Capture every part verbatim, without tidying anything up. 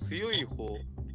強い方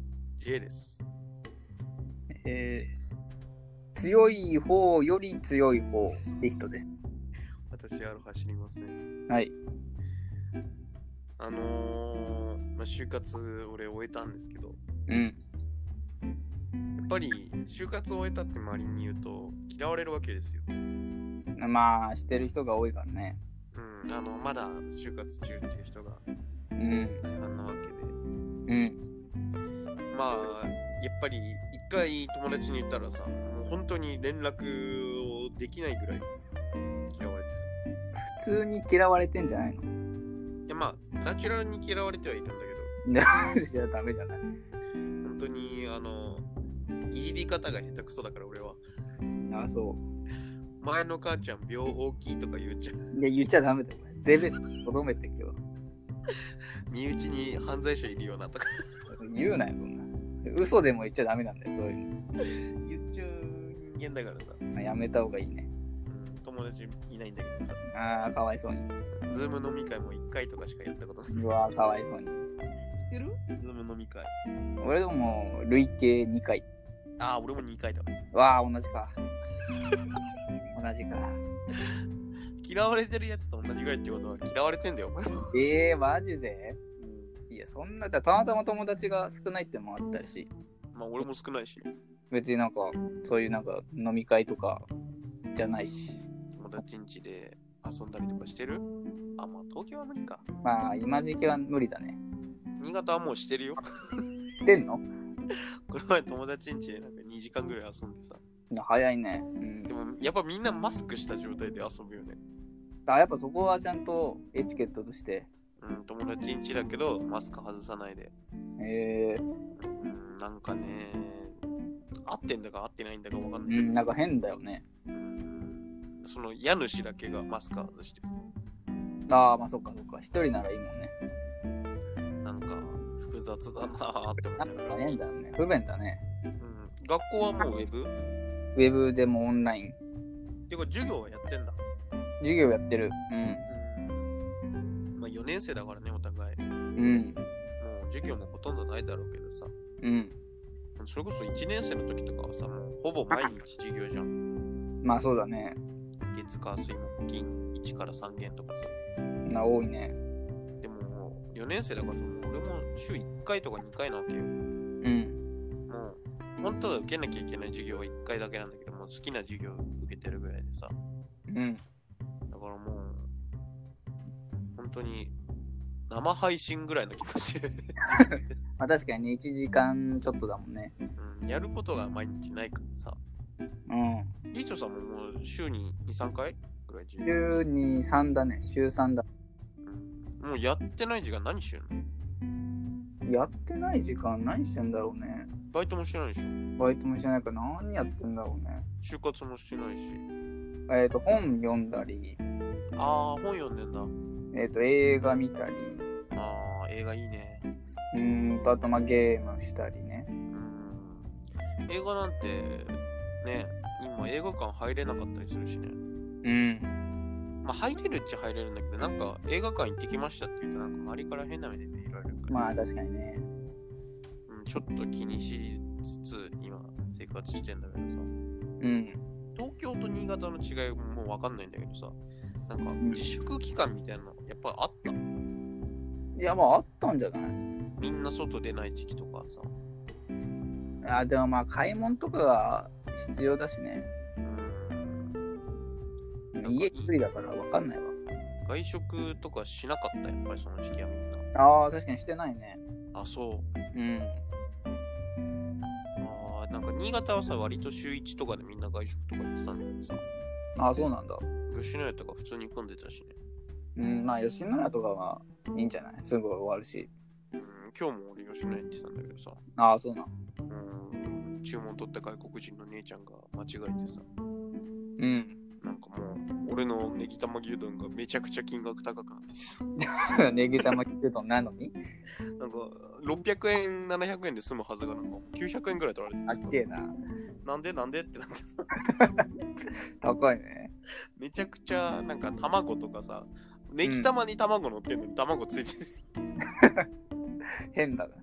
J です。 えー、強い方より強い方リヒトです。 私アロハ知りません。 はい。 あのー、まあ、就活俺終えたんですけど、 うん。 やっぱり就活を終えたって周りに言うと嫌われるわけですよ。 まあしてる人が多いからね。 うん、あのまだ就活中っていう人がうん。 大半なわけで、 うん。 まあやっぱり一回友達に言ったらさ、もう本当に連絡をできないぐらい嫌われてさ。 普通に嫌われてんじゃないの？ いやまあナチュラルに嫌われてはいるんだけど。いやダメじゃない。 本当にあのいじり方が下手くそだから俺は。 あ、そう。 前の母ちゃん秒大きいとか言っちゃう。 いや言っちゃダメだよ。デベスとどめてけど。 身内に犯罪者いるよなとか言うなよそんな。嘘でも言っちゃダメなんだよそういうの。 言っちゃう人間だからさ。 やめた方がいいね。 うん、友達いないんだけどさ。 ああかわいそうに。 ズーム飲み会もいっかいとかしかやったことない。 うわーかわいそうに。知ってる？ズーム飲み会。 俺でも累計にかい。 ああ俺もにかいだ。 わあ同じか。同じか。 嫌われてるやつと同じぐらいってことは嫌われてんだよお前も。 えー、マジで？いやそんなだたまたま友達が少ないってのもあったし。 まあ俺も少ないし。 別になんかそういうなんか飲み会とかじゃないし。 友達ん家で遊んだりとかしてる？あ、まあ東京は無理か。 まあ今時期は無理だね。 新潟はもうしてるよ。 してんの？ この前友達ん家でなんかにじかんぐらい遊んでさ。 早いね。うん、 でもやっぱみんなマスクした状態で遊ぶよね。 あ、やっぱそこはちゃんとエチケットとして。 うん、友達ん家だけどマスク外さないで。 えー、 うん、なんかね、合ってんだか合ってないんだかわかんない。 うん、なんか変だよね。 うん、その家主だけがマスク外してさ。 ああ、まあそっかそっか。一人ならいいもんね。 なんか複雑だなーって思なんいながら。 か変だよね。不便だね。 うん、学校はもうウェブ？ ウェブでもオンライン。 てか授業はやってんだ。 授業やってる。うん。 うん、まあよねん生だからねお互い。 うん。 もう授業もほとんどないだろうけどさ。 うん。 それこそいちねん生の時とかはさ、もうほぼ毎日授業じゃん。 まあそうだね。 月火水木金いちからさん限とかさ。 な多いね。 でももうよねん生だからもう俺も週いっかいとかにかいなわけよ。 うん。 もう本当は受けなきゃいけない授業はいっかいだけなんだけども、好きな授業受けてるぐらいでさ。 うん。 だからもう本当に生配信ぐらいの気がしてる。 まあ確かにね、いちじかんちょっとだもんね。 うん、やることが毎日ないからさ。 うん。 リーチョさんももう週にに、さんかいぐらい授業。 週にさんだね。週さんだ。 うん、もうやってない時間何してるの？ やってない時間何してんだろうね。 バイトもしてないでしょ？ バイトもしてないから何やってんだろうね。 就活もしてないし。 えっ、ー、と、本読んだり、 あー、本読んでんだ。 えっ、ー、と、映画見たり、 あー、映画いいね。 うーんと、あと、まあ、ゲームしたりね。 うん。映画なんて、ね、今映画館入れなかったりするしね。 うん。 まあ、入れるっちゃ入れるんだけど、なんか映画館行ってきましたって言うと、なんか周りから変な目で見られるから。 まあ、確かにね。 うん、ちょっと気にしつつ、今、生活してんだけどさ。 うん。 東京と新潟の違いもうわかんないんだけどさ、なんか自粛期間みたいなのやっぱあった？ いや、まあ、あったんじゃない？ みんな外出ない時期とかさ。 あ、でもまあ、買い物とかが必要だしね。 うん。 家一人だからわかんないわ。 外食とかしなかったやっぱりその時期はみんな。 ああ、確かにしてないね。 あ、そう。 うん。 ああ、なんか新潟はさ、割と週いちとかでみんな外食とか行ってたんだけどさ。 ああ、そうなんだ。 吉野家とか普通に混んでたしね。 うん、まあ、吉野家とかはいいんじゃない？すぐ終わるし。 うん、今日も俺吉野家行ってたんだけどさ。 ああ、そうなん。 うん、注文取った外国人の姉ちゃんが間違えてさ。 うん。 なんかもう、俺のネギ玉牛丼がめちゃくちゃ金額高くなってさ。 ネギ玉牛丼なのになんか、ろっぴゃくえん、ななひゃくえんで済むはずがなんかきゅうひゃくえんぐらい取られてあ、きてえな。 なんでなんでってなってさ。 高いね。 めちゃくちゃ、なんか卵とかさ、ネギ玉に卵乗ってんのに卵ついてる。 変だな。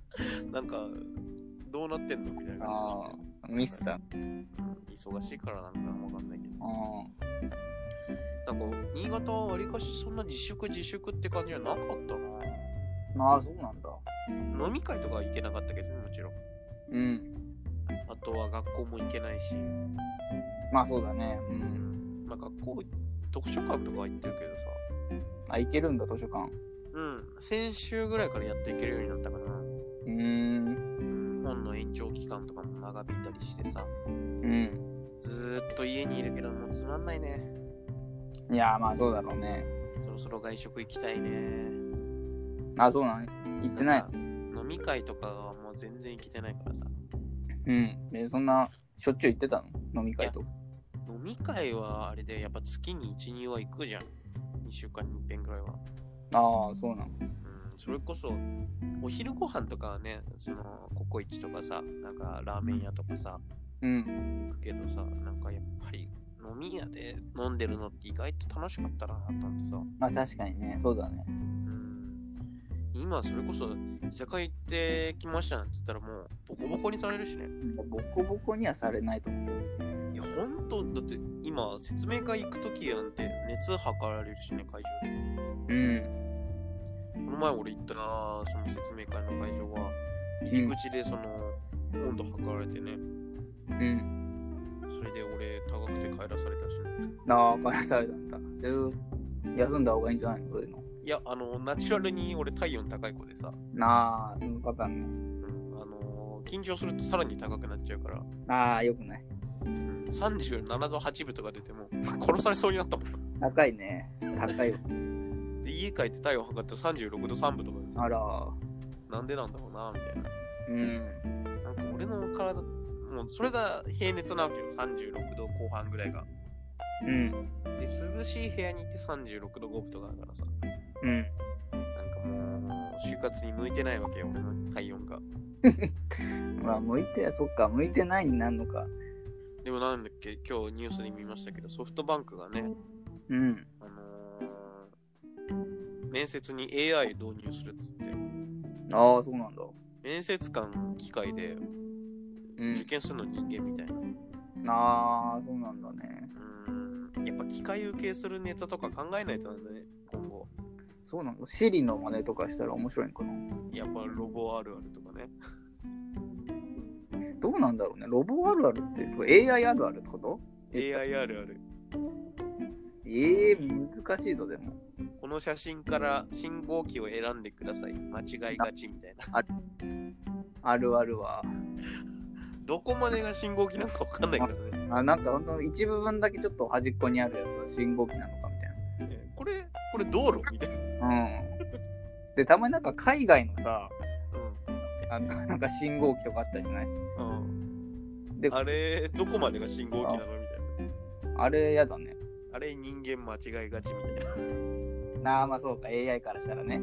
なんかどうなってんのみたいな感ああ、ミスった。 じで、うん忙しいからなんかわかんないけど、 あなんか新潟はわりかしそんな自粛自粛って感じじゃなかったな。 あ、ああ、そうなんだ。 飲み会とかは行けなかったけどね、もちろん。 うん。 あとは学校も行けないし、 まあそうだね。う。 うんん、まあ学校図書館とかは行ってるけどさ、 あ、行けるんだ、図書館。 うん、先週ぐらいからやっていけるようになったかな。 うーん。 うん、本の延長期間とかも長引いたりしてさ、 うん。 ずーっと家にいるけどもうつまんないね。 いやー、まあそうだろうね。 そろそろ外食行きたいね。 あ、そうなの？行ってない。 飲み会とかはもう全然行けてないからさ。 うん。で、そんな、しょっちゅう行ってたの？飲み会と。 飲み会はあれでやっぱ月にいち、には行くじゃん。にしゅうかんにいっぺんぐらいは。 ああ、そうなの。 うん、それこそお昼ご飯とかはね、そのココイチとかさ、なんかラーメン屋とかさ、 うん。 行くけどさ、なんかやっぱり飲み屋で飲んでるのって意外と楽しかったなと思ってさ。 まあ確かにね、そうだね。 うん。今それこそ居酒屋行ってきましたなんて言ったらもうボコボコにされるしね。 ボコボコにはされないと思うけど。 いやほんとだって今説明会行くときなんて熱測られるしね、会場で。 うん。 この前俺行ったその説明会の会場は入り口でその温度測られてね、 うん。 それで俺高くて帰らされたしね。 ああ、帰らされたんだ。で、休んだ方がいいんじゃないの？そういうの。 いや、あのナチュラルに俺体温高い子でさ、 なあ、そのパターンね。 うん、あの緊張するとさらに高くなっちゃうから、 ああ、よくない。 うん、さんじゅうななどはちぶとか出ても殺されそうになったもん。 高いね。高いよ。 で家帰って体温測ったらさんじゅうろくどさんぶとかでさ、 あら。 なんでなんだろうなみたいな。 うん。 なんか俺の体、もうそれが平熱なわけよ、さんじゅうろくどこう半ぐらいが。 うん。 で、涼しい部屋に行ってさんじゅうろくどごぶとかだからさ、 うん。 なんかもう、就活に向いてないわけよ、俺の体温が。 まあ、向いて、そっか、向いてないになるのか。 でもなんだっけ、今日ニュースで見ましたけど、ソフトバンクがね、 うん。 あのー、面接に エーアイ 導入するっつって、 ああ、そうなんだ。 面接官機械でうん受。験するの人間みたいな。 ああ、そうなんだね。 うーん、やっぱ機械受けするネタとか考えないとなんだね、今後。 そうなんだ。シリの真似とかしたら面白いんかな。 やっぱロボあるあるとかね。 どうなんだろうね。ロボあるあるって、エーアイ あるあるってこと？ エーアイ あるある。 ええー、難しいぞ、でも。 この写真から信号機を選んでください。間違いがちみたいな。 あるあるわ。 どこまでが信号機なのかわかんないからね。 あ、なんかほんと一部分だけちょっと端っこにあるやつは信号機なのかみたいねこれ、これ道路みたいな。 な。うん。で、たまになんか海外のさ、 うあのなんか信号機とかあったじゃない？ ん。うん。 で、 あれ、どこまでが信号機なのみたいな。 あれやだね。 あれ、人間間違いがちみたいな。 なあ、まあそうか、エーアイ からしたらね。 うん。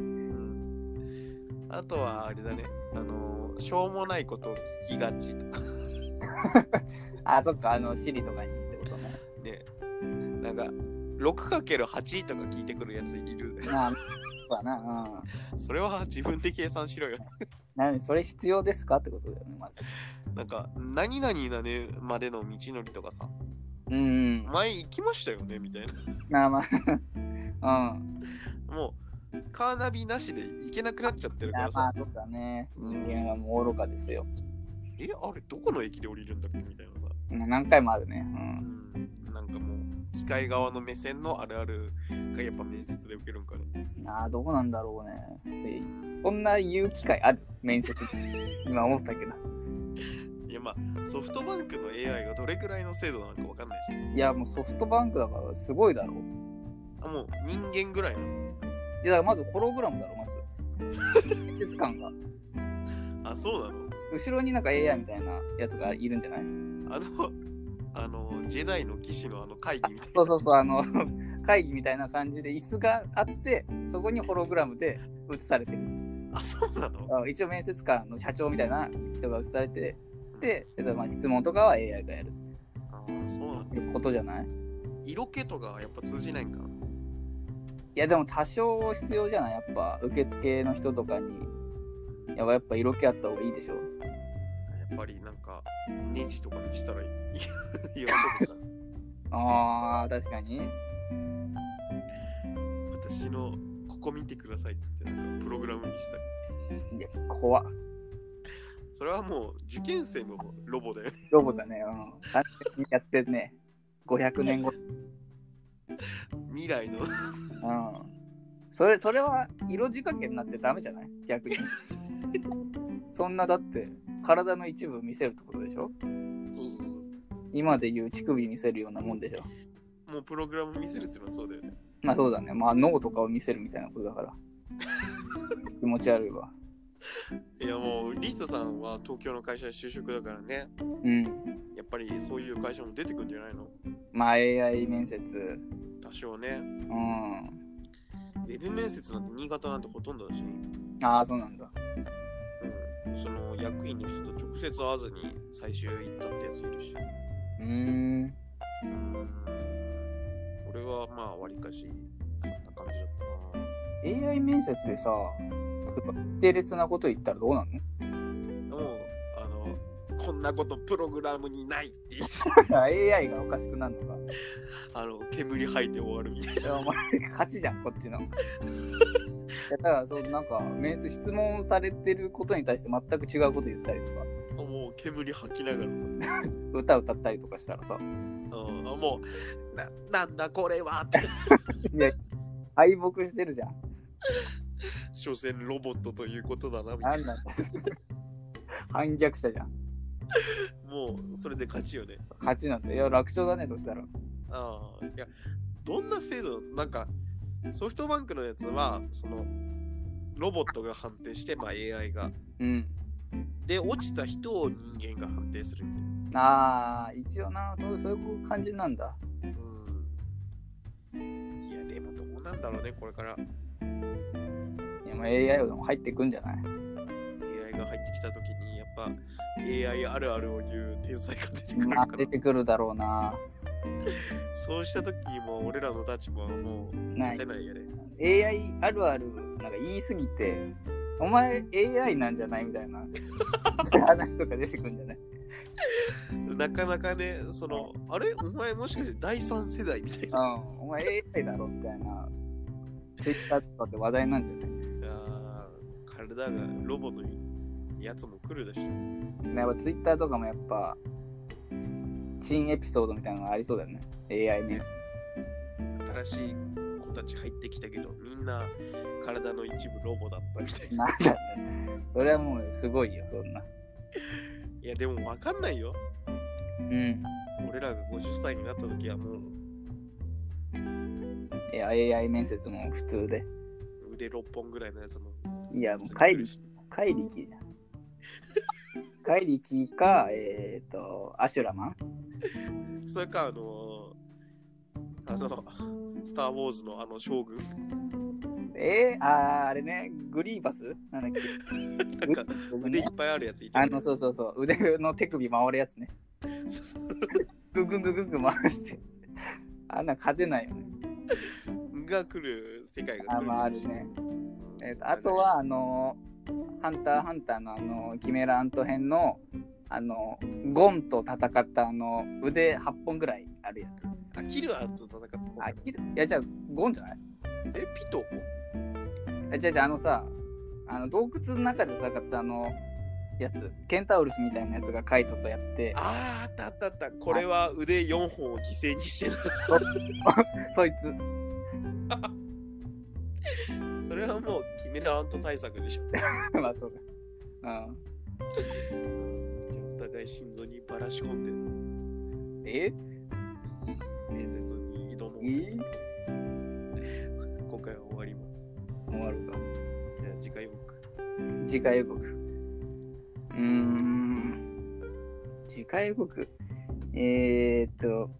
あとは、あれだね。あのー、しょうもないことを聞きがちとか。 あ、そっか、あの、シリとかにってことね。 ね。なんか、ろくかけるはち とか聞いてくるやついる。 まあ、そうだな。うん。 それは自分で計算しろよ。 なそれ必要ですかってことだよね、まず。 なんか、何々なねまでの道のりとかさ、 うん。 前行きましたよねみたいな。 まあまあ、うん。 もう、カーナビなしで行けなくなっちゃってるからさまあ、、そうだね。人間はもう愚かですよ。 え、あれ、どこの駅で降りるんだっけみたいなさ。 うん何回もあるね。 うん。なんかもう、機械側の目線のあるあるがやっぱ面接で受けるんかね。 うん。ああ、どうなんだろうね。で、こんな言う機会ある面接って今思ったけど。 いやまあ、ソフトバンクの エーアイ がどれくらいの精度なのかわかんないし。 いや、もうソフトバンクだからすごいだろう。 あ、もう人間ぐらいの。 いや、だからまずホログラムだろ、まず。面接官が。 あ、そうなの？ 後ろになんか エーアイ みたいなやつがいるんじゃない？ あの、あの、ジェダイの騎士のあの会議みたいな。 そうそうそう、あの、会議みたいな感じで椅子があって、そこにホログラムで映されてる。 あ、そうなの？ あ一応面接官の社長みたいな人が映されて、で、まあ質問とかは エーアイ がやる。 ああ、そうなんだ。 いうことじゃない？ 色気とかはやっぱ通じないんかな。 いや、でも多少必要じゃない？やっぱ受付の人とかにやばやっぱ色気あった方がいいでしょ。 やっぱりなんかネジとかにしたらいい喜ぶかあー確かに。 私のここ見てくださいっつってなんかプログラムにしたり。 いや怖っ。 それはもう受験生のロボだよね。 ロボだね。うん。完全にやってるね。ごひゃくねんご。 未来のうん。それそれは色仕掛けになってダメじゃない？逆に。そんなだって体の一部見せるってことでしょ？ そうそうそう。 今でいう乳首見せるようなもんでしょ。 もうプログラム見せるっていうのはそうだよね。 まあそうだね。まあ脳とかを見せるみたいなことだから。気持ち悪いわ。 いやもうリヒトさんは東京の会社就職だからね。 うん。 やっぱりそういう会社も出てくるんじゃないの？ まあ エーアイ 面接。 多少ね。 うん。 ウェブ面接なんて新潟なんてほとんどだし。 ああそうなんだ。 うん。その役員の人と直接会わずに最終行ったってやついるし。 うーん。 うん。俺はまあわりかしそんな感じだったな。 エーアイ 面接でさ、定列なこと言ったらどうなの？ もうあのこんなことプログラムにないっていうエーアイ がおかしくなるのか。 あの煙吐いて終わるみたいな。 お前勝ちじゃんこっちの。いやだからそうなんか面接質問されてることに対して全く違うこと言ったりとか。 もう煙吐きながらさ歌歌ったりとかしたらさ、 うん、もう な, なんだこれはっていや敗北してるじゃん。 所詮ロボットということだなみたいな。 なんなんだ反逆者じゃん。 もうそれで勝ちよね。 勝ちなんだ。いや楽勝だねそしたら。 ああ、いやどんな制度なんかソフトバンクのやつはそのロボットが判定してまあ エーアイ がうんで落ちた人を人間が判定するみたいな。 ああ一応なそうそういう感じなんだ。 うんいやでもどうなんだろうねこれから。 いやもう エーアイ も入ってくんじゃない？ エーアイ が入ってきた時にやっぱ エーアイ あるあるを言う天才が出てくるから、 まあ、出てくるだろうな。 そうした時にもう俺らの立場はもう立てないよね。 エーアイ あるあるなんか言いすぎてお前 エーアイ なんじゃないみたいな話とか出てくるんじゃない？ なかなかねそのあれお前もしかしてだいさん世代みたいな、 うん、お前 エーアイ だろみたいなツイッターとかで話題なんじゃない？ あ体がロボのやつも来るでしょ。 やっぱツイッターとかもやっぱ新エピソードみたいなのがありそうだよね。 エーアイ 面接新しい子たち入ってきたけどみんな体の一部ロボだったみたいな。 なんだね。それはもうすごいよそんな。 いやでも分かんないよ。 うん俺らがごじゅっさいになった時はもういや エーアイ 面接も普通で。 腕ろっぽんぐらいのやつもいやもう怪力怪力じゃん。怪力かえっ、ー、とアシュラマン。 それかあのー、あのスター・ウォーズのあの将軍えー、あーあれねグリーバスなんだっけなんか腕いっぱいあるやついた、 あのそうそうそう腕の手首回るやつね。 そうそうグングングングングン回してあんな勝てないよね。 が来る世界が来る。 あまああるね。えー、とあとはあのハンターハンターのあのキメラアント編のあのゴンと戦ったあの腕はっぽんぐらいあるやつ。 あキルアと戦った方。 あキルいやじゃあゴンじゃない？ えピトえじゃあじゃああのさあの洞窟の中で戦ったあのやつケンタウルスみたいなやつがカイトとやってあーあったあったあったこれは腕よんほんを犠牲にしてるそいつそれはもうキメラアント対策でしょ。 まあそうだ。うん。 じゃあお互い心臓にばらし込んでえ面接に挑む。 え今回は終わります。 終わるか。 じゃあ次回予告。 次回予告。うーん。次回予告。えー、っと、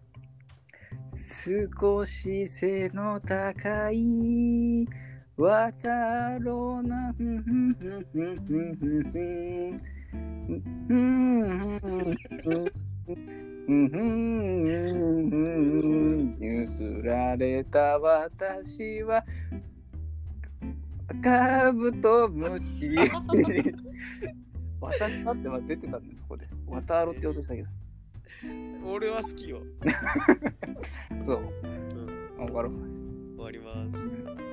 少し背の高い渡ろうなふんふんふんふんふんふんふんふんふんふんゆすられた私はカブトムシ私だって出てたんです、そこで。渡ろって言おうとしたけど。 俺は好きよ。 そう。 うん。 わかる。 終わります。